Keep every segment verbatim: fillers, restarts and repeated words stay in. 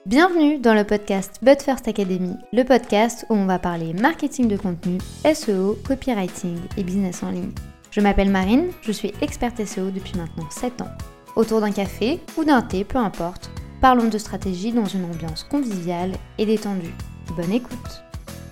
Bienvenue dans le podcast But First Academy, le podcast où on va parler marketing de contenu, S E O, copywriting et business en ligne. Je m'appelle Marine, je suis experte S E O depuis maintenant sept ans. Autour d'un café ou d'un thé, peu importe, parlons de stratégie dans une ambiance conviviale et détendue. Bonne écoute!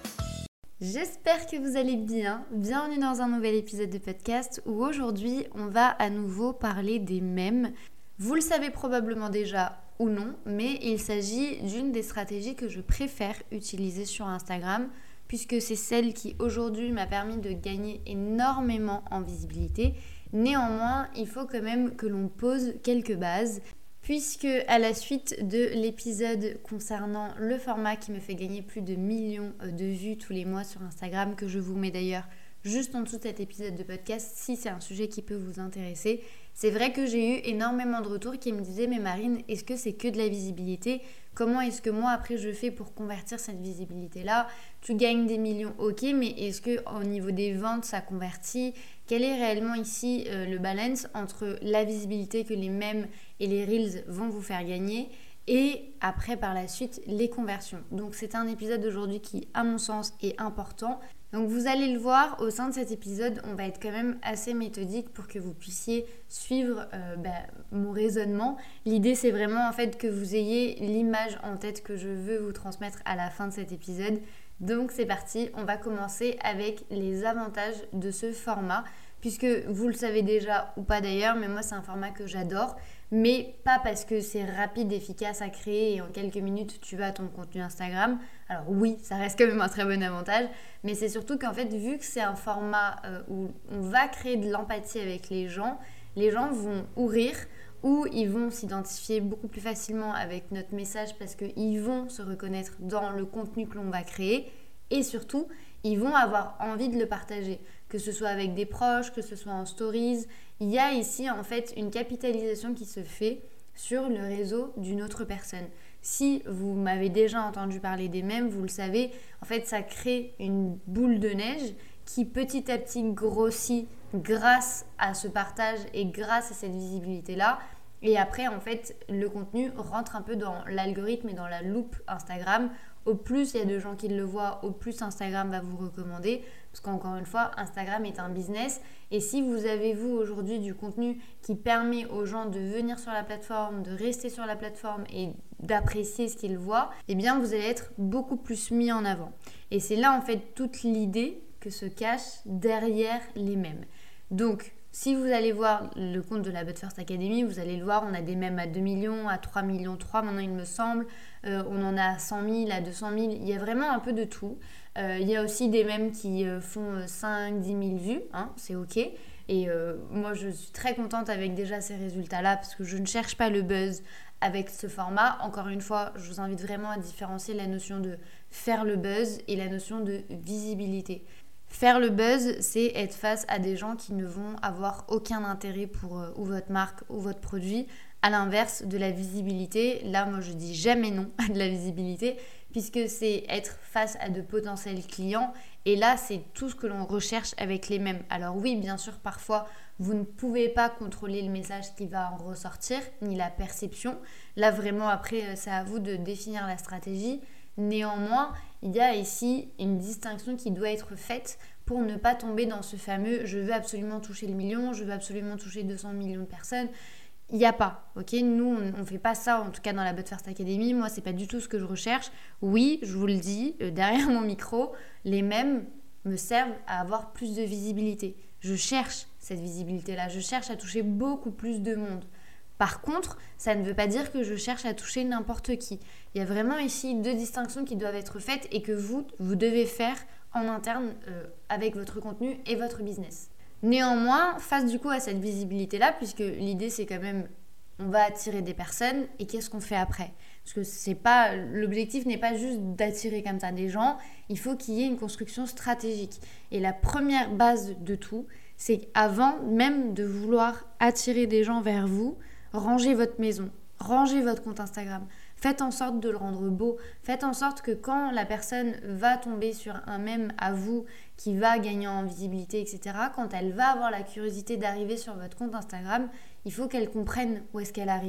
J'espère que vous allez bien. Bienvenue dans un nouvel épisode de podcast où aujourd'hui on va à nouveau parler des mèmes. Vous le savez probablement déjà ou non, mais il s'agit d'une des stratégies que je préfère utiliser sur Instagram puisque c'est celle qui aujourd'hui m'a permis de gagner énormément en visibilité. Néanmoins, il faut quand même que l'on pose quelques bases puisque à la suite de l'épisode concernant le format qui me fait gagner plus de millions de vues tous les mois sur Instagram, que je vous mets d'ailleurs juste en dessous de cet épisode de podcast si c'est un sujet qui peut vous intéresser. C'est vrai que j'ai eu énormément de retours qui me disaient « Mais Marine, est-ce que c'est que de la visibilité ? Comment est-ce que moi après je fais pour convertir cette visibilité-là ? Tu gagnes des millions, ok, mais est-ce qu'au niveau des ventes ça convertit ? Quel est réellement ici euh, le balance entre la visibilité que les mèmes et les reels vont vous faire gagner et après par la suite les conversions ?» Donc c'est un épisode d'aujourd'hui qui à mon sens est important. Donc vous allez le voir, au sein de cet épisode, on va être quand même assez méthodique pour que vous puissiez suivre euh, bah, mon raisonnement. L'idée c'est vraiment en fait que vous ayez l'image en tête que je veux vous transmettre à la fin de cet épisode. Donc c'est parti, on va commencer avec les avantages de ce format, puisque vous le savez déjà ou pas d'ailleurs, mais moi c'est un format que j'adore, mais pas parce que c'est rapide, efficace à créer et en quelques minutes tu vas à ton contenu Instagram. Alors oui, ça reste quand même un très bon avantage, mais c'est surtout qu'en fait vu que c'est un format euh, où on va créer de l'empathie avec les gens, les gens vont ou rire ou ils vont s'identifier beaucoup plus facilement avec notre message parce qu'ils vont se reconnaître dans le contenu que l'on va créer et surtout ils vont avoir envie de le partager, que ce soit avec des proches, que ce soit en stories. Il y a ici en fait une capitalisation qui se fait sur le réseau d'une autre personne. Si vous m'avez déjà entendu parler des mèmes, vous le savez, en fait ça crée une boule de neige qui petit à petit grossit grâce à ce partage et grâce à cette visibilité-là. Et après, en fait, le contenu rentre un peu dans l'algorithme et dans la loupe Instagram. Au plus il y a de gens qui le voient, au plus Instagram va vous recommander. Parce qu'encore une fois, Instagram est un business. Et si vous avez, vous, aujourd'hui, du contenu qui permet aux gens de venir sur la plateforme, de rester sur la plateforme et d'apprécier ce qu'ils voient, eh bien, vous allez être beaucoup plus mis en avant. Et c'est là, en fait, toute l'idée que se cache derrière les mèmes. Donc, si vous allez voir le compte de la But First Academy, vous allez le voir, on a des mèmes à deux millions, à trois millions trois maintenant il me semble, euh, on en a à cent mille, à deux cent mille, il y a vraiment un peu de tout. Euh, il y a aussi des mèmes qui euh, font cinq dix mille vues, hein, c'est ok. Et euh, moi je suis très contente avec déjà ces résultats-là parce que je ne cherche pas le buzz avec ce format. Encore une fois, je vous invite vraiment à différencier la notion de faire le buzz et la notion de visibilité. Faire le buzz, c'est être face à des gens qui ne vont avoir aucun intérêt pour euh, ou votre marque ou votre produit. À l'inverse de la visibilité, là moi je dis jamais non à de la visibilité puisque c'est être face à de potentiels clients et là c'est tout ce que l'on recherche avec les mêmes. Alors oui, bien sûr, parfois vous ne pouvez pas contrôler le message qui va en ressortir ni la perception. Là vraiment après c'est à vous de définir la stratégie. Néanmoins, il y a ici une distinction qui doit être faite pour ne pas tomber dans ce fameux « je veux absolument toucher le million, je veux absolument toucher deux cents millions de personnes ». Il n'y a pas, ok ? Nous, on ne fait pas ça, en tout cas dans la But First Academy. Moi, c'est pas du tout ce que je recherche. Oui, je vous le dis, euh, derrière mon micro, les mèmes me servent à avoir plus de visibilité. Je cherche cette visibilité-là, je cherche à toucher beaucoup plus de monde. Par contre, ça ne veut pas dire que je cherche à toucher n'importe qui. Il y a vraiment ici deux distinctions qui doivent être faites et que vous, vous devez faire en interne euh, avec votre contenu et votre business. Néanmoins, face du coup à cette visibilité-là, puisque l'idée c'est quand même, on va attirer des personnes et qu'est-ce qu'on fait après ? Parce que c'est pas, l'objectif n'est pas juste d'attirer comme ça des gens, il faut qu'il y ait une construction stratégique. Et la première base de tout, c'est qu'avant même de vouloir attirer des gens vers vous, rangez votre maison, rangez votre compte Instagram, faites en sorte de le rendre beau, faites en sorte que quand la personne va tomber sur un mème à vous qui va gagner en visibilité, et cetera, quand elle va avoir la curiosité d'arriver sur votre compte Instagram, il faut qu'elle comprenne où est-ce qu'elle arrive,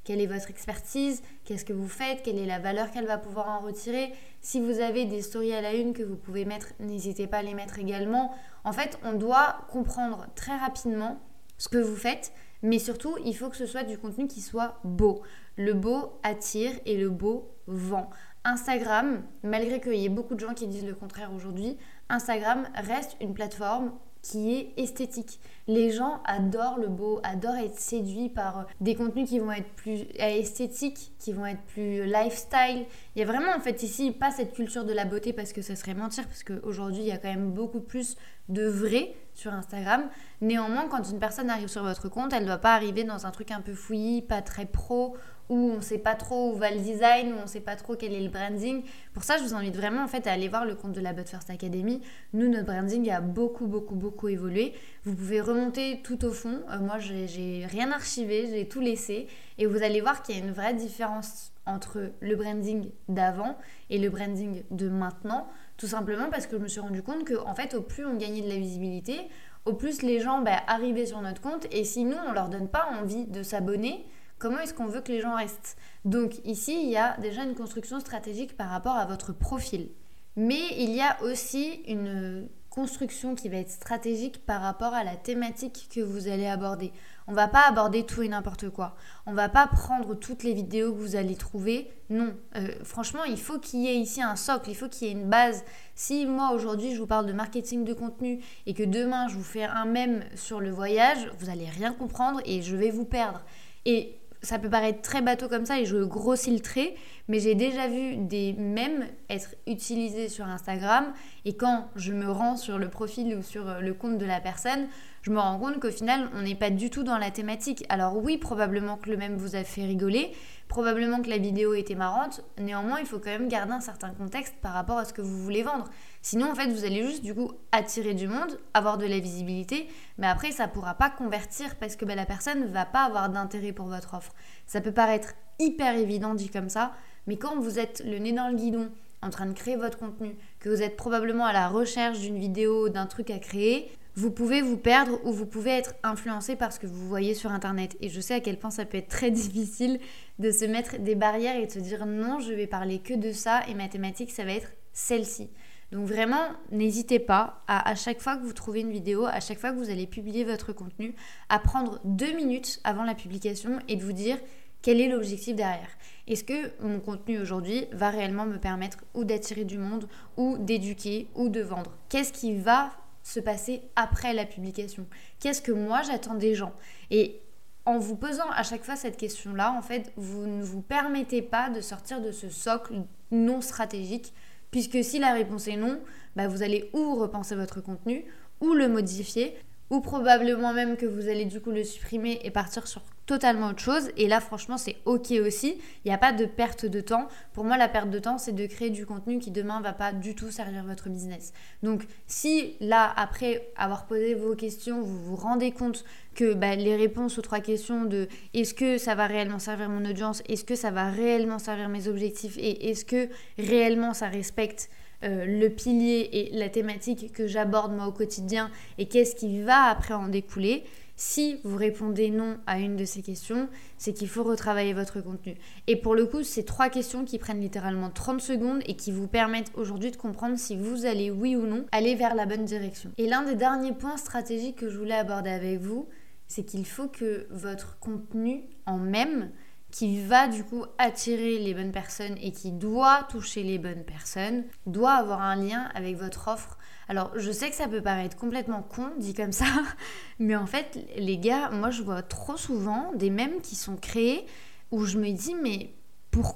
quelle est votre expertise, qu'est-ce que vous faites, quelle est la valeur qu'elle va pouvoir en retirer. Si vous avez des stories à la une que vous pouvez mettre, n'hésitez pas à les mettre également. En fait, on doit comprendre très rapidement ce que vous faites, mais surtout, il faut que ce soit du contenu qui soit beau. Le beau attire et le beau vend. Instagram, malgré qu'il y ait beaucoup de gens qui disent le contraire aujourd'hui, Instagram reste une plateforme qui est esthétique. Les gens adorent le beau, adorent être séduits par des contenus qui vont être plus esthétiques, qui vont être plus lifestyle. Il y a vraiment en fait ici pas cette culture de la beauté parce que ça serait mentir, parce qu'aujourd'hui il y a quand même beaucoup plus de vrai sur Instagram. Néanmoins, quand une personne arrive sur votre compte, elle ne doit pas arriver dans un truc un peu fouillis, pas très pro, où on ne sait pas trop où va le design, où on ne sait pas trop quel est le branding. Pour ça, je vous invite vraiment en fait à aller voir le compte de la But First Academy. Nous, notre branding a beaucoup, beaucoup, beaucoup évolué. Vous pouvez remonter tout au fond. Euh, moi, j'ai, j'ai rien archivé, j'ai tout laissé. Et vous allez voir qu'il y a une vraie différence entre le branding d'avant et le branding de maintenant. Tout simplement parce que je me suis rendu compte qu'en fait, au plus on gagnait de la visibilité, au plus les gens bah, arrivaient sur notre compte. Et si nous, on ne leur donne pas envie de s'abonner, comment est-ce qu'on veut que les gens restent ? Donc ici, il y a déjà une construction stratégique par rapport à votre profil. Mais il y a aussi une construction qui va être stratégique par rapport à la thématique que vous allez aborder. On ne va pas aborder tout et n'importe quoi. On ne va pas prendre toutes les vidéos que vous allez trouver. Non, euh, franchement, il faut qu'il y ait ici un socle, il faut qu'il y ait une base. Si moi, aujourd'hui, je vous parle de marketing de contenu et que demain, je vous fais un mème sur le voyage, vous n'allez rien comprendre et je vais vous perdre. Et ça peut paraître très bateau comme ça et je grossis le trait, mais j'ai déjà vu des mèmes être utilisés sur Instagram et quand je me rends sur le profil ou sur le compte de la personne, je me rends compte qu'au final, on n'est pas du tout dans la thématique. Alors oui, probablement que le mème vous a fait rigoler, probablement que la vidéo était marrante, néanmoins, il faut quand même garder un certain contexte par rapport à ce que vous voulez vendre. Sinon, en fait, vous allez juste du coup attirer du monde, avoir de la visibilité, mais après, ça ne pourra pas convertir parce que bah, la personne ne va pas avoir d'intérêt pour votre offre. Ça peut paraître hyper évident dit comme ça, mais quand vous êtes le nez dans le guidon, en train de créer votre contenu, que vous êtes probablement à la recherche d'une vidéo, d'un truc à créer, vous pouvez vous perdre ou vous pouvez être influencé par ce que vous voyez sur Internet. Et je sais à quel point ça peut être très difficile de se mettre des barrières et de se dire non, je vais parler que de ça et ma thématique, ça va être celle-ci. Donc vraiment, n'hésitez pas à, à chaque fois que vous trouvez une vidéo, à chaque fois que vous allez publier votre contenu, à prendre deux minutes avant la publication et de vous dire quel est l'objectif derrière. Est-ce que mon contenu aujourd'hui va réellement me permettre ou d'attirer du monde, ou d'éduquer, ou de vendre ? Qu'est-ce qui va se passer après la publication ? Qu'est-ce que moi j'attends des gens ? Et en vous posant à chaque fois cette question-là, en fait, vous ne vous permettez pas de sortir de ce socle non stratégique, puisque si la réponse est non, bah vous allez ou repenser votre contenu, ou le modifier, ou probablement même que vous allez du coup le supprimer et partir sur totalement autre chose. Et là, franchement, c'est ok aussi. Il n'y a pas de perte de temps. Pour moi, la perte de temps, c'est de créer du contenu qui demain ne va pas du tout servir votre business. Donc, si là, après avoir posé vos questions, vous vous rendez compte que bah, les réponses aux trois questions de est-ce que ça va réellement servir mon audience, est-ce que ça va réellement servir mes objectifs et est-ce que réellement ça respecte Euh, le pilier et la thématique que j'aborde moi au quotidien et qu'est-ce qui va après en découler. Si vous répondez non à une de ces questions, c'est qu'il faut retravailler votre contenu. Et pour le coup, c'est trois questions qui prennent littéralement trente secondes et qui vous permettent aujourd'hui de comprendre si vous allez, oui ou non, aller vers la bonne direction. Et l'un des derniers points stratégiques que je voulais aborder avec vous, c'est qu'il faut que votre contenu en même, qui va du coup attirer les bonnes personnes et qui doit toucher les bonnes personnes, doit avoir un lien avec votre offre. Alors je sais que ça peut paraître complètement con dit comme ça, mais en fait les gars, moi je vois trop souvent des mèmes qui sont créés où je me dis mais pourquoi ?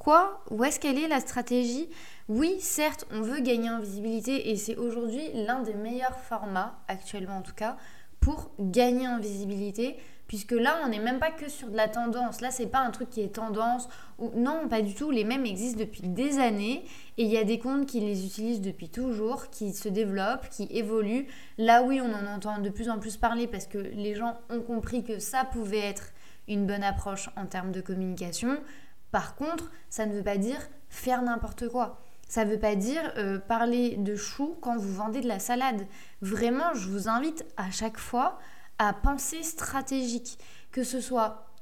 Où est-ce qu'elle est la stratégie ? Oui, certes, on veut gagner en visibilité et c'est aujourd'hui l'un des meilleurs formats, actuellement en tout cas, pour gagner en visibilité, puisque là, on n'est même pas que sur de la tendance. Là, c'est pas un truc qui est tendance. Ou... Non, pas du tout. Les mèmes existent depuis des années et il y a des comptes qui les utilisent depuis toujours, qui se développent, qui évoluent. Là, oui, on en entend de plus en plus parler parce que les gens ont compris que ça pouvait être une bonne approche en termes de communication. Par contre, ça ne veut pas dire faire n'importe quoi. Ça ne veut pas dire euh, parler de choux quand vous vendez de la salade. Vraiment, je vous invite à chaque fois à penser stratégique. Que ce soit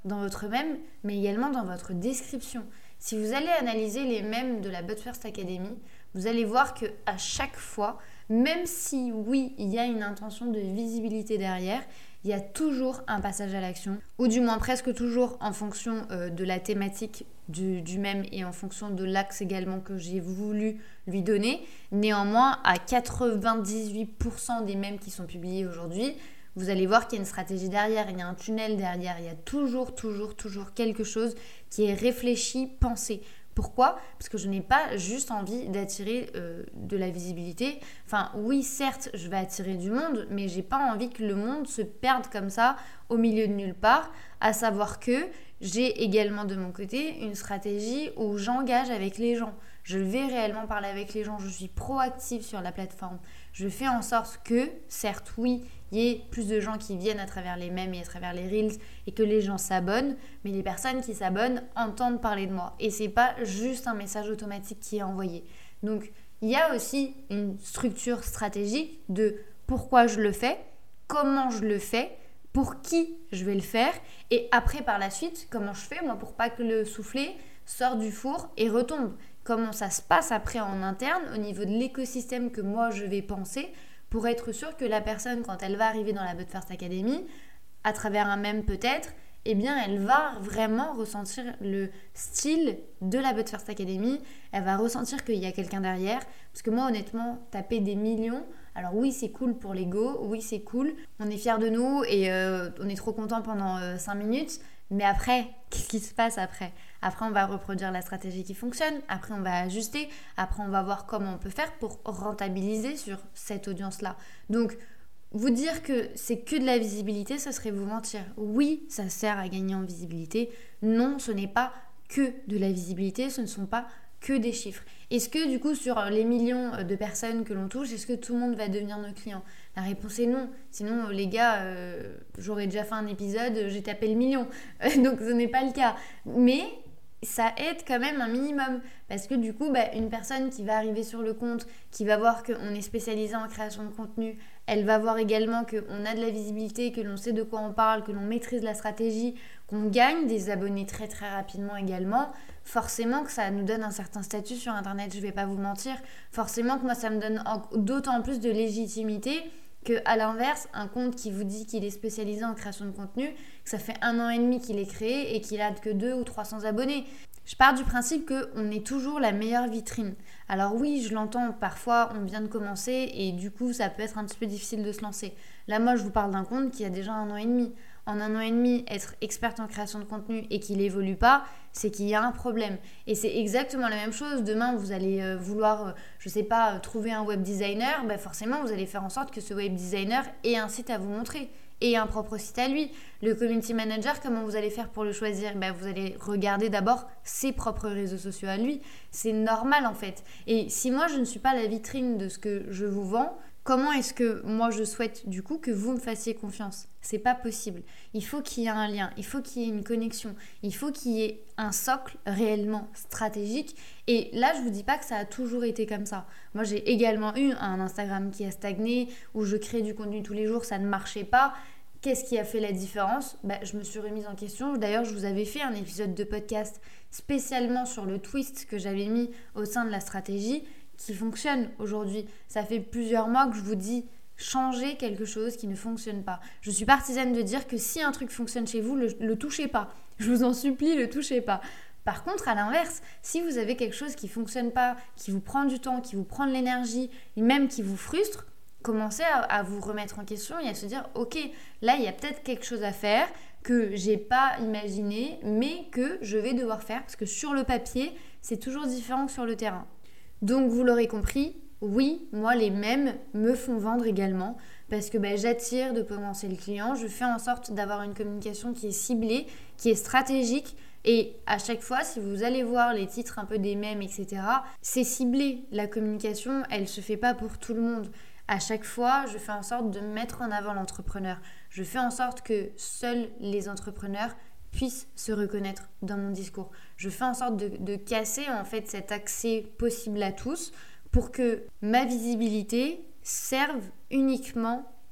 dans votre mème, mais également dans votre description. Si vous allez analyser les mèmes de la But First Academy, vous allez voir qu'à chaque fois, même si oui, il y a une intention de visibilité derrière, il y a toujours un passage à l'action, ou du moins presque toujours en fonction euh, de la thématique du, du mème et en fonction de l'axe également que j'ai voulu lui donner. Néanmoins, à quatre-vingt-dix-huit pour cent des mèmes qui sont publiés aujourd'hui, vous allez voir qu'il y a une stratégie derrière, il y a un tunnel derrière, il y a toujours, toujours, toujours quelque chose qui est réfléchi, pensé. Pourquoi ? Parce que je n'ai pas juste envie d'attirer euh, de la visibilité. Enfin, oui, certes, je vais attirer du monde, mais j'ai pas envie que le monde se perde comme ça au milieu de nulle part. À savoir que j'ai également de mon côté une stratégie où j'engage avec les gens. Je vais réellement parler avec les gens. Je suis proactive sur la plateforme. Je fais en sorte que, certes, oui, il y ait plus de gens qui viennent à travers les mèmes et à travers les reels et que les gens s'abonnent, mais les personnes qui s'abonnent entendent parler de moi. Et c'est pas juste un message automatique qui est envoyé. Donc, il y a aussi une structure stratégique de pourquoi je le fais, comment je le fais, pour qui je vais le faire, et après, par la suite, comment je fais, moi, pour pas que le soufflé sorte du four et retombe. Comment ça se passe après en interne, au niveau de l'écosystème que moi, je vais penser, pour être sûr que la personne, quand elle va arriver dans la But First Academy, à travers un mème peut-être, eh bien, elle va vraiment ressentir le style de la But First Academy. Elle va ressentir qu'il y a quelqu'un derrière. Parce que moi, honnêtement, taper des millions, alors oui, c'est cool pour l'ego, oui, c'est cool. On est fiers de nous et euh, on est trop content pendant euh, cinq minutes. Mais après, qu'est-ce qui se passe après ? Après, on va reproduire la stratégie qui fonctionne. Après, on va ajuster. Après, on va voir comment on peut faire pour rentabiliser sur cette audience-là. Donc, vous dire que c'est que de la visibilité, ce serait vous mentir. Oui, ça sert à gagner en visibilité. Non, ce n'est pas que de la visibilité. Ce ne sont pas que des chiffres. Est-ce que du coup, sur les millions de personnes que l'on touche, est-ce que tout le monde va devenir nos clients ? La réponse est non. Sinon, les gars, euh, j'aurais déjà fait un épisode, j'ai tapé le million. Donc, ce n'est pas le cas. Mais ça aide quand même un minimum. Parce que du coup, bah, une personne qui va arriver sur le compte, qui va voir qu'on est spécialisé en création de contenu, elle va voir également qu'on a de la visibilité, que l'on sait de quoi on parle, que l'on maîtrise la stratégie, qu'on gagne des abonnés très très rapidement également. Forcément que ça nous donne un certain statut sur Internet, je ne vais pas vous mentir. Forcément que moi, ça me donne d'autant plus de légitimité qu'à l'inverse, un compte qui vous dit qu'il est spécialisé en création de contenu, que ça fait un an et demi qu'il est créé et qu'il a que deux ou trois cents abonnés. Je pars du principe qu'on est toujours la meilleure vitrine. Alors oui, je l'entends, parfois on vient de commencer et du coup ça peut être un petit peu difficile de se lancer. Là moi je vous parle d'un compte qui a déjà un an et demi. En un an et demi, être experte en création de contenu et qu'il évolue pas, c'est qu'il y a un problème. Et c'est exactement la même chose. Demain, vous allez euh, vouloir, euh, je sais pas, euh, trouver un web designer. Ben forcément, vous allez faire en sorte que ce web designer ait un site à vous montrer et un propre site à lui. Le community manager, comment vous allez faire pour le choisir ? Ben, vous allez regarder d'abord ses propres réseaux sociaux à lui. C'est normal en fait. Et si moi, je ne suis pas la vitrine de ce que je vous vends, comment est-ce que moi je souhaite du coup que vous me fassiez confiance ? C'est pas possible. Il faut qu'il y ait un lien, il faut qu'il y ait une connexion, il faut qu'il y ait un socle réellement stratégique. Et là, je vous dis pas que ça a toujours été comme ça. Moi, j'ai également eu un Instagram qui a stagné, où je crée du contenu tous les jours, ça ne marchait pas. Qu'est-ce qui a fait la différence ? Bah, je me suis remise en question. D'ailleurs, je vous avais fait un épisode de podcast spécialement sur le twist que j'avais mis au sein de la stratégie qui fonctionne aujourd'hui. Ça fait plusieurs mois que je vous dis changer quelque chose qui ne fonctionne pas. Je suis partisane de dire que si un truc fonctionne chez vous, le, le touchez pas. Je vous en supplie, le touchez pas. Par contre, à l'inverse, si vous avez quelque chose qui fonctionne pas, qui vous prend du temps, qui vous prend de l'énergie, et même qui vous frustre, commencez à, à vous remettre en question et à se dire ok, là il y a peut-être quelque chose à faire que j'ai pas imaginé, mais que je vais devoir faire parce que sur le papier, c'est toujours différent que sur le terrain. Donc vous l'aurez compris, oui, moi les mèmes me font vendre également parce que bah, j'attire de potentiels clients, je fais en sorte d'avoir une communication qui est ciblée, qui est stratégique et à chaque fois, si vous allez voir les titres un peu des mèmes, et cetera, c'est ciblé. La communication, elle se fait pas pour tout le monde. À chaque fois, je fais en sorte de mettre en avant l'entrepreneur. Je fais en sorte que seuls les entrepreneurs puissent se reconnaître dans mon discours. Je fais en sorte de, de casser en fait cet accès possible à tous pour que ma visibilité serve uniquement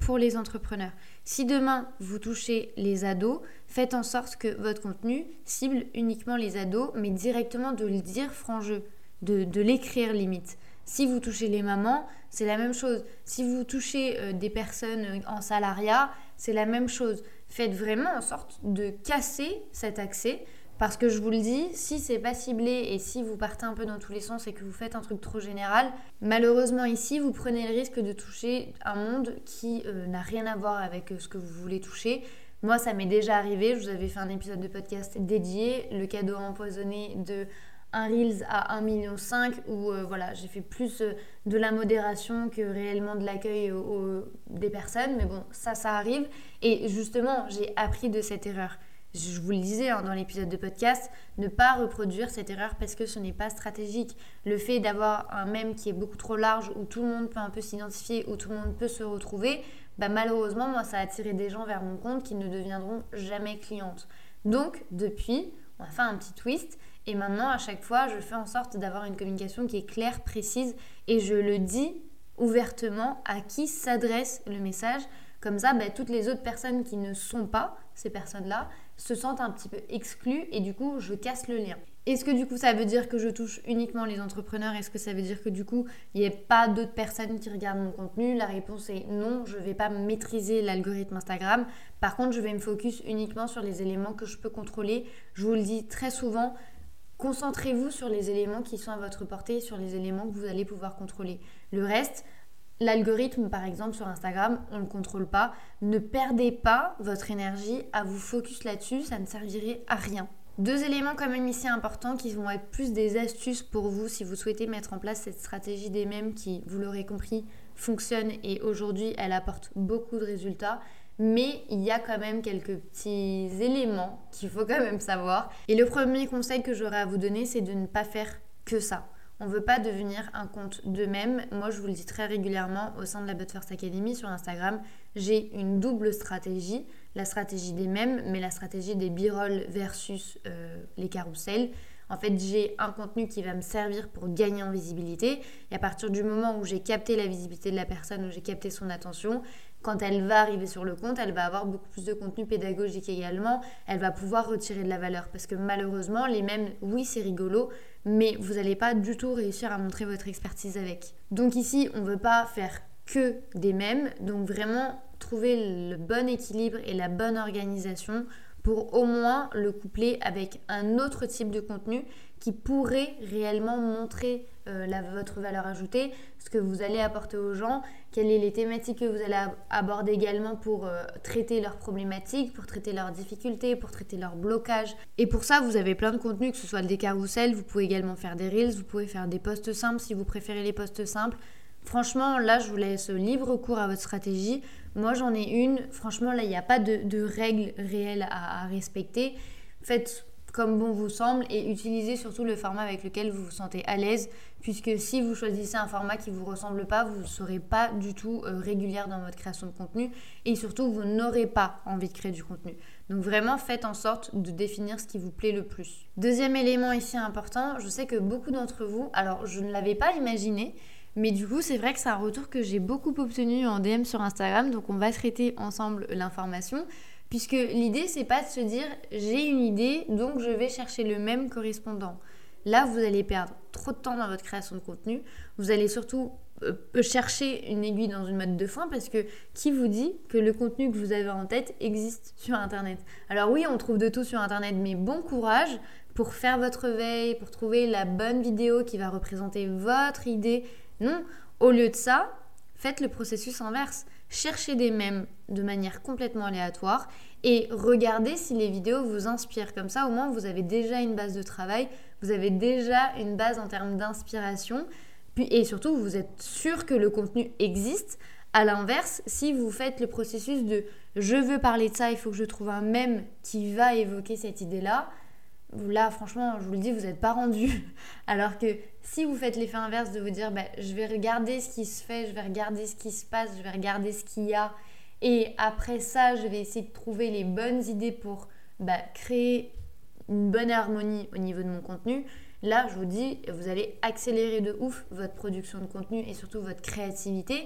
pour les entrepreneurs. Si demain, vous touchez les ados, faites en sorte que votre contenu cible uniquement les ados, mais directement de le dire franc jeu, de, de l'écrire limite. Si vous touchez les mamans, c'est la même chose. Si vous touchez euh, des personnes en salariat, c'est la même chose. Faites vraiment en sorte de casser cet accès. Parce que je vous le dis, si c'est pas ciblé et si vous partez un peu dans tous les sens et que vous faites un truc trop général, malheureusement ici, vous prenez le risque de toucher un monde qui euh, n'a rien à voir avec euh, ce que vous voulez toucher. Moi, ça m'est déjà arrivé. Je vous avais fait un épisode de podcast dédié, le cadeau empoisonné de un Reels à un virgule cinq million où euh, voilà, j'ai fait plus euh, de la modération que réellement de l'accueil euh, euh, des personnes. Mais bon, ça, ça arrive. Et justement, j'ai appris de cette erreur. Je vous le disais hein, dans l'épisode de podcast, ne pas reproduire cette erreur parce que ce n'est pas stratégique. Le fait d'avoir un mème qui est beaucoup trop large, où tout le monde peut un peu s'identifier, où tout le monde peut se retrouver, bah malheureusement, moi, ça a attiré des gens vers mon compte qui ne deviendront jamais clientes. Donc, depuis, on a fait un petit twist et maintenant, à chaque fois, je fais en sorte d'avoir une communication qui est claire, précise et je le dis ouvertement à qui s'adresse le message. Comme ça, bah, toutes les autres personnes qui ne sont pas ces personnes-là se sentent un petit peu exclues et du coup, je casse le lien. Est-ce que du coup, ça veut dire que je touche uniquement les entrepreneurs ? Est-ce que ça veut dire que du coup, il n'y a pas d'autres personnes qui regardent mon contenu ? La réponse est non, je ne vais pas maîtriser l'algorithme Instagram. Par contre, je vais me focus uniquement sur les éléments que je peux contrôler. Je vous le dis très souvent, concentrez-vous sur les éléments qui sont à votre portée, sur les éléments que vous allez pouvoir contrôler. Le reste, l'algorithme, par exemple, sur Instagram, on ne le contrôle pas. Ne perdez pas votre énergie à vous focus là-dessus, ça ne servirait à rien. Deux éléments quand même ici importants qui vont être plus des astuces pour vous si vous souhaitez mettre en place cette stratégie des mèmes qui, vous l'aurez compris, fonctionne et aujourd'hui, elle apporte beaucoup de résultats. Mais il y a quand même quelques petits éléments qu'il faut quand même savoir. Et le premier conseil que j'aurais à vous donner, c'est de ne pas faire que ça. On ne veut pas devenir un compte de mèmes. Moi, je vous le dis très régulièrement au sein de la But First Academy sur Instagram, j'ai une double stratégie. La stratégie des mèmes, mais la stratégie des b-roll versus euh, les carousels. En fait, j'ai un contenu qui va me servir pour gagner en visibilité. Et à partir du moment où j'ai capté la visibilité de la personne, où j'ai capté son attention, quand elle va arriver sur le compte, elle va avoir beaucoup plus de contenu pédagogique également. Elle va pouvoir retirer de la valeur. Parce que malheureusement, les mèmes, oui, c'est rigolo, mais vous n'allez pas du tout réussir à montrer votre expertise avec. Donc ici, on ne veut pas faire que des mèmes. Donc vraiment, trouver le bon équilibre et la bonne organisation pour au moins le coupler avec un autre type de contenu qui pourrait réellement montrer euh, la, votre valeur ajoutée, ce que vous allez apporter aux gens, quelles sont les thématiques que vous allez ab- aborder également pour euh, traiter leurs problématiques, pour traiter leurs difficultés, pour traiter leurs blocages. Et pour ça, vous avez plein de contenus, que ce soit des carousels, vous pouvez également faire des reels, vous pouvez faire des posts simples si vous préférez les posts simples. Franchement, là, je vous laisse libre cours à votre stratégie. Moi, j'en ai une. Franchement, là, il n'y a pas de, de règles réelles à, à respecter. Faites comme bon vous semble et utilisez surtout le format avec lequel vous vous sentez à l'aise, puisque si vous choisissez un format qui ne vous ressemble pas, vous ne serez pas du tout euh, régulière dans votre création de contenu et surtout, vous n'aurez pas envie de créer du contenu. Donc vraiment, faites en sorte de définir ce qui vous plaît le plus. Deuxième élément ici important, je sais que beaucoup d'entre vous, alors je ne l'avais pas imaginé, mais du coup, c'est vrai que c'est un retour que j'ai beaucoup obtenu en D M sur Instagram, donc on va traiter ensemble l'information, puisque l'idée, c'est pas de se dire « j'ai une idée, donc je vais chercher le même correspondant ». Là, vous allez perdre trop de temps dans votre création de contenu, vous allez surtout euh, chercher une aiguille dans une mode de foin, parce que qui vous dit que le contenu que vous avez en tête existe sur Internet ? Alors oui, on trouve de tout sur Internet, mais bon courage pour faire votre veille, pour trouver la bonne vidéo qui va représenter votre idée. Non, au lieu de ça, faites le processus inverse. Cherchez des mèmes de manière complètement aléatoire et regardez si les vidéos vous inspirent. Comme ça, au moins, vous avez déjà une base de travail, vous avez déjà une base en termes d'inspiration puis, et surtout, vous êtes sûr que le contenu existe. À l'inverse, si vous faites le processus de « je veux parler de ça, il faut que je trouve un mème qui va évoquer cette idée-là », là, franchement, je vous le dis, vous n'êtes pas rendu. Alors que si vous faites l'effet inverse de vous dire bah, je vais regarder ce qui se fait, je vais regarder ce qui se passe, je vais regarder ce qu'il y a et après ça, je vais essayer de trouver les bonnes idées pour bah, créer une bonne harmonie au niveau de mon contenu, là, je vous dis, vous allez accélérer de ouf votre production de contenu et surtout votre créativité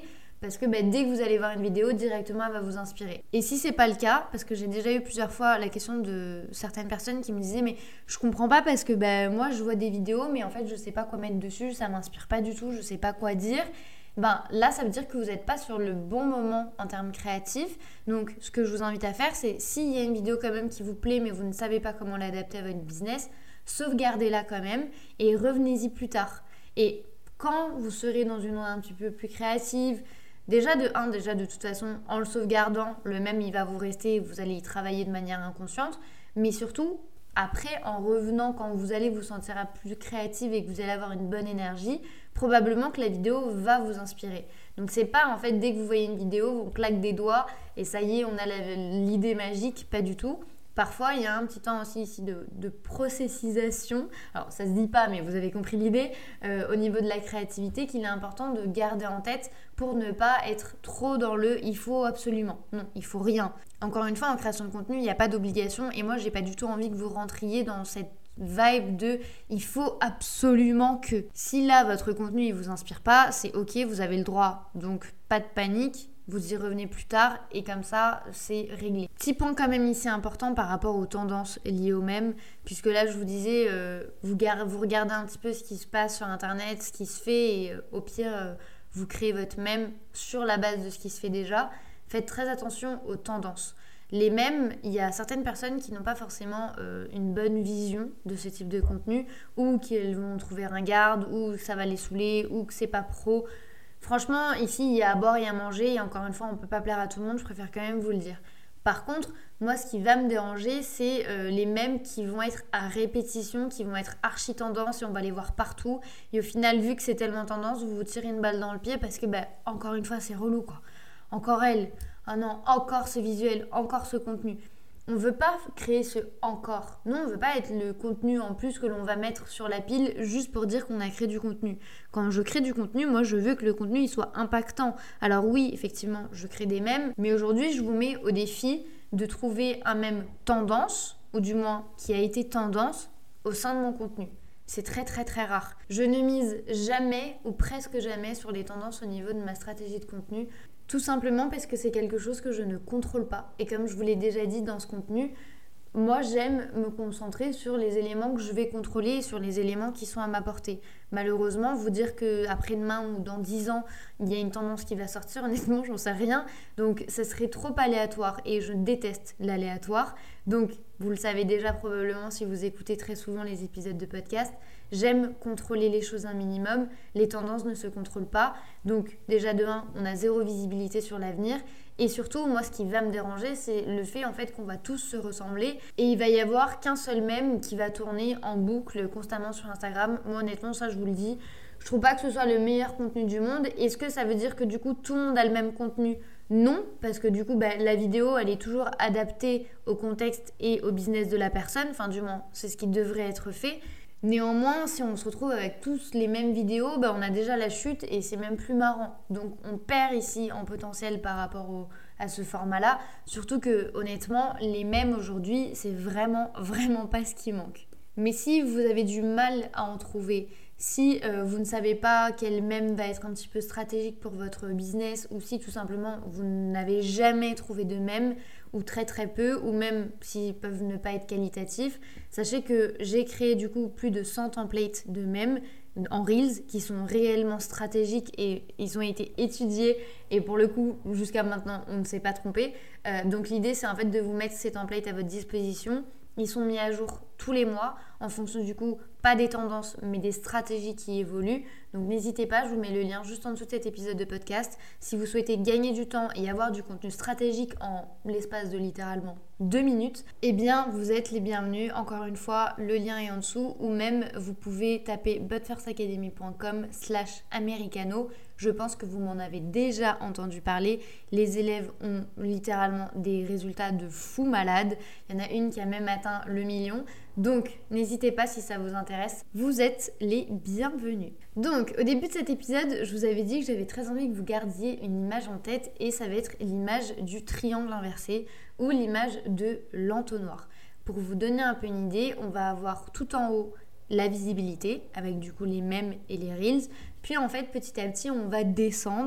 Parce que bah, dès que vous allez voir une vidéo, directement elle va vous inspirer. Et si c'est pas le cas, parce que j'ai déjà eu plusieurs fois la question de certaines personnes qui me disaient mais je comprends pas parce que bah, moi je vois des vidéos mais en fait je sais pas quoi mettre dessus, ça m'inspire pas du tout, je sais pas quoi dire. Ben là ça veut dire que vous n'êtes pas sur le bon moment en termes créatifs. Donc ce que je vous invite à faire, c'est s'il y a une vidéo quand même qui vous plaît mais vous ne savez pas comment l'adapter à votre business, sauvegardez-la quand même et revenez-y plus tard. Et quand vous serez dans une onde un petit peu plus créative, déjà de un, déjà de toute façon en le sauvegardant, le même il va vous rester, vous allez y travailler de manière inconsciente, mais surtout après, en revenant, quand vous allez vous sentir plus créative et que vous allez avoir une bonne énergie, probablement que la vidéo va vous inspirer. Donc c'est pas en fait dès que vous voyez une vidéo, on claque des doigts et ça y est, on a la, l'idée magique, pas du tout. Parfois, il y a un petit temps aussi ici de, de processisation. Alors, ça se dit pas, mais vous avez compris l'idée. Euh, au niveau de la créativité, qu'il est important de garder en tête pour ne pas être trop dans le « il faut absolument ». Non, il faut rien. Encore une fois, en création de contenu, il n'y a pas d'obligation. Et moi, j'ai pas du tout envie que vous rentriez dans cette vibe de « il faut absolument que ». Si là, votre contenu, il vous inspire pas, c'est ok, vous avez le droit. Donc, pas de panique. Vous y revenez plus tard et comme ça, c'est réglé. Petit point quand même ici important par rapport aux tendances liées au mème, puisque là, je vous disais, euh, vous, gar- vous regardez un petit peu ce qui se passe sur Internet, ce qui se fait et euh, au pire, euh, vous créez votre mème sur la base de ce qui se fait déjà. Faites très attention aux tendances. Les mèmes, il y a certaines personnes qui n'ont pas forcément euh, une bonne vision de ce type de contenu ou qu'elles vont trouver ringarde ou que ça va les saouler ou que c'est pas pro. Franchement, ici, il y a à boire et à manger et encore une fois, on ne peut pas plaire à tout le monde, je préfère quand même vous le dire. Par contre, moi, ce qui va me déranger, c'est euh, les mèmes qui vont être à répétition, qui vont être archi tendance et on va les voir partout. Et au final, vu que c'est tellement tendance, vous vous tirez une balle dans le pied parce que, bah, encore une fois, c'est relou, quoi. Encore elle, ah non, encore ce visuel, encore ce contenu. On ne veut pas créer ce encore. Non, on ne veut pas être le contenu en plus que l'on va mettre sur la pile juste pour dire qu'on a créé du contenu. Quand je crée du contenu, moi je veux que le contenu il soit impactant. Alors oui, effectivement, je crée des mèmes, mais aujourd'hui je vous mets au défi de trouver un mème tendance, ou du moins qui a été tendance au sein de mon contenu. C'est très très très rare. Je ne mise jamais ou presque jamais sur les tendances au niveau de ma stratégie de contenu. Tout simplement parce que c'est quelque chose que je ne contrôle pas. Et comme je vous l'ai déjà dit dans ce contenu, moi j'aime me concentrer sur les éléments que je vais contrôler et sur les éléments qui sont à ma portée. Malheureusement, vous dire qu'après-demain ou dans dix ans, il y a une tendance qui va sortir, honnêtement, j'en sais rien. Donc ça serait trop aléatoire et je déteste l'aléatoire. Donc vous le savez déjà probablement si vous écoutez très souvent les épisodes de podcast, j'aime contrôler les choses un minimum. Les tendances ne se contrôlent pas. Donc déjà de un, on a zéro visibilité sur l'avenir. Et surtout, moi, ce qui va me déranger, c'est le fait en fait qu'on va tous se ressembler et il va y avoir qu'un seul mème qui va tourner en boucle constamment sur Instagram. Moi, honnêtement, ça, je vous le dis, je trouve pas que ce soit le meilleur contenu du monde. Est-ce que ça veut dire que du coup, tout le monde a le même contenu ? Non, parce que du coup, bah, la vidéo, elle est toujours adaptée au contexte et au business de la personne. Enfin, du moins, c'est ce qui devrait être fait. Néanmoins, si on se retrouve avec tous les mêmes vidéos, bah on a déjà la chute et c'est même plus marrant. Donc on perd ici en potentiel par rapport au, à ce format-là. Surtout que honnêtement, les mèmes aujourd'hui, c'est vraiment, vraiment pas ce qui manque. Mais si vous avez du mal à en trouver, si euh, vous ne savez pas quel mème va être un petit peu stratégique pour votre business ou si tout simplement vous n'avez jamais trouvé de mème ou très très peu ou même s'ils peuvent ne pas être qualitatifs, sachez que j'ai créé du coup plus de cent templates de mèmes en Reels qui sont réellement stratégiques et ils ont été étudiés et pour le coup jusqu'à maintenant on ne s'est pas trompé. Euh, donc l'idée c'est en fait de vous mettre ces templates à votre disposition. Ils sont mis à jour tous les mois en fonction du coup, pas des tendances, mais des stratégies qui évoluent. Donc n'hésitez pas, je vous mets le lien juste en dessous de cet épisode de podcast. Si vous souhaitez gagner du temps et avoir du contenu stratégique en l'espace de littéralement deux minutes, eh bien vous êtes les bienvenus. Encore une fois, le lien est en dessous ou même vous pouvez taper budfirstacademy.com slash americano. Je pense que vous m'en avez déjà entendu parler. Les élèves ont littéralement des résultats de fou malade. Il y en a une qui a même atteint le million. Donc, n'hésitez pas si ça vous intéresse. Vous êtes les bienvenus. Donc, au début de cet épisode, je vous avais dit que j'avais très envie que vous gardiez une image en tête et ça va être l'image du triangle inversé ou l'image de l'entonnoir. Pour vous donner un peu une idée, on va avoir tout en haut la visibilité avec du coup les mèmes et les reels. Puis en fait, petit à petit, on va descendre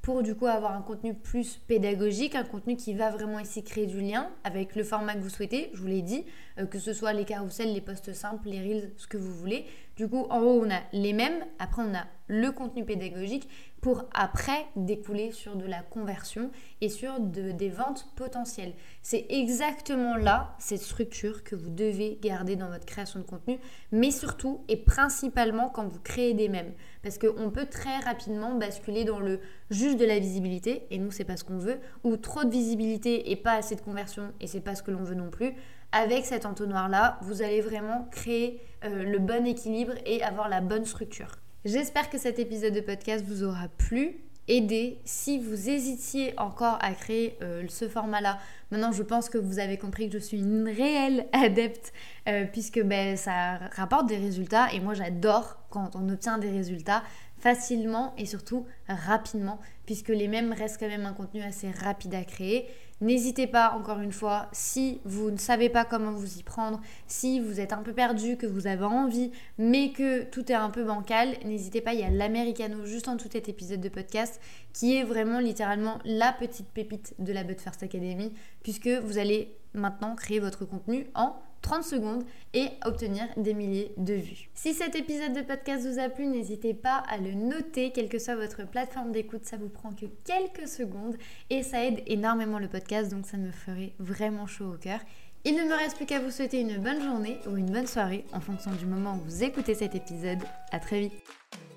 pour du coup avoir un contenu plus pédagogique, un contenu qui va vraiment ici créer du lien avec le format que vous souhaitez, je vous l'ai dit, euh, que ce soit les carousels, les posts simples, les reels, ce que vous voulez. Du coup, en haut, on a les mêmes, après on a le contenu pédagogique pour après découler sur de la conversion et sur de, des ventes potentielles. C'est exactement là, cette structure que vous devez garder dans votre création de contenu, mais surtout et principalement quand vous créez des mèmes. Parce qu'on peut très rapidement basculer dans le juste de la visibilité, et nous, c'est pas ce qu'on veut, ou trop de visibilité et pas assez de conversion, et c'est pas ce que l'on veut non plus. Avec cet entonnoir-là, vous allez vraiment créer euh, le bon équilibre et avoir la bonne structure. J'espère que cet épisode de podcast vous aura plu, aidé. Si vous hésitiez encore à créer euh, ce format-là, maintenant je pense que vous avez compris que je suis une réelle adepte euh, puisque ben, ça rapporte des résultats et moi j'adore quand on obtient des résultats facilement et surtout rapidement puisque les mêmes restent quand même un contenu assez rapide à créer. N'hésitez pas, encore une fois, si vous ne savez pas comment vous y prendre, si vous êtes un peu perdu, que vous avez envie, mais que tout est un peu bancal, n'hésitez pas, il y a l'Americano juste en dessous de cet épisode de podcast qui est vraiment littéralement la petite pépite de la But First Academy puisque vous allez maintenant créer votre contenu en trente secondes et obtenir des milliers de vues. Si cet épisode de podcast vous a plu, n'hésitez pas à le noter, quelle que soit votre plateforme d'écoute, ça vous prend que quelques secondes et ça aide énormément le podcast, donc ça me ferait vraiment chaud au cœur. Il ne me reste plus qu'à vous souhaiter une bonne journée ou une bonne soirée en fonction du moment où vous écoutez cet épisode. À très vite.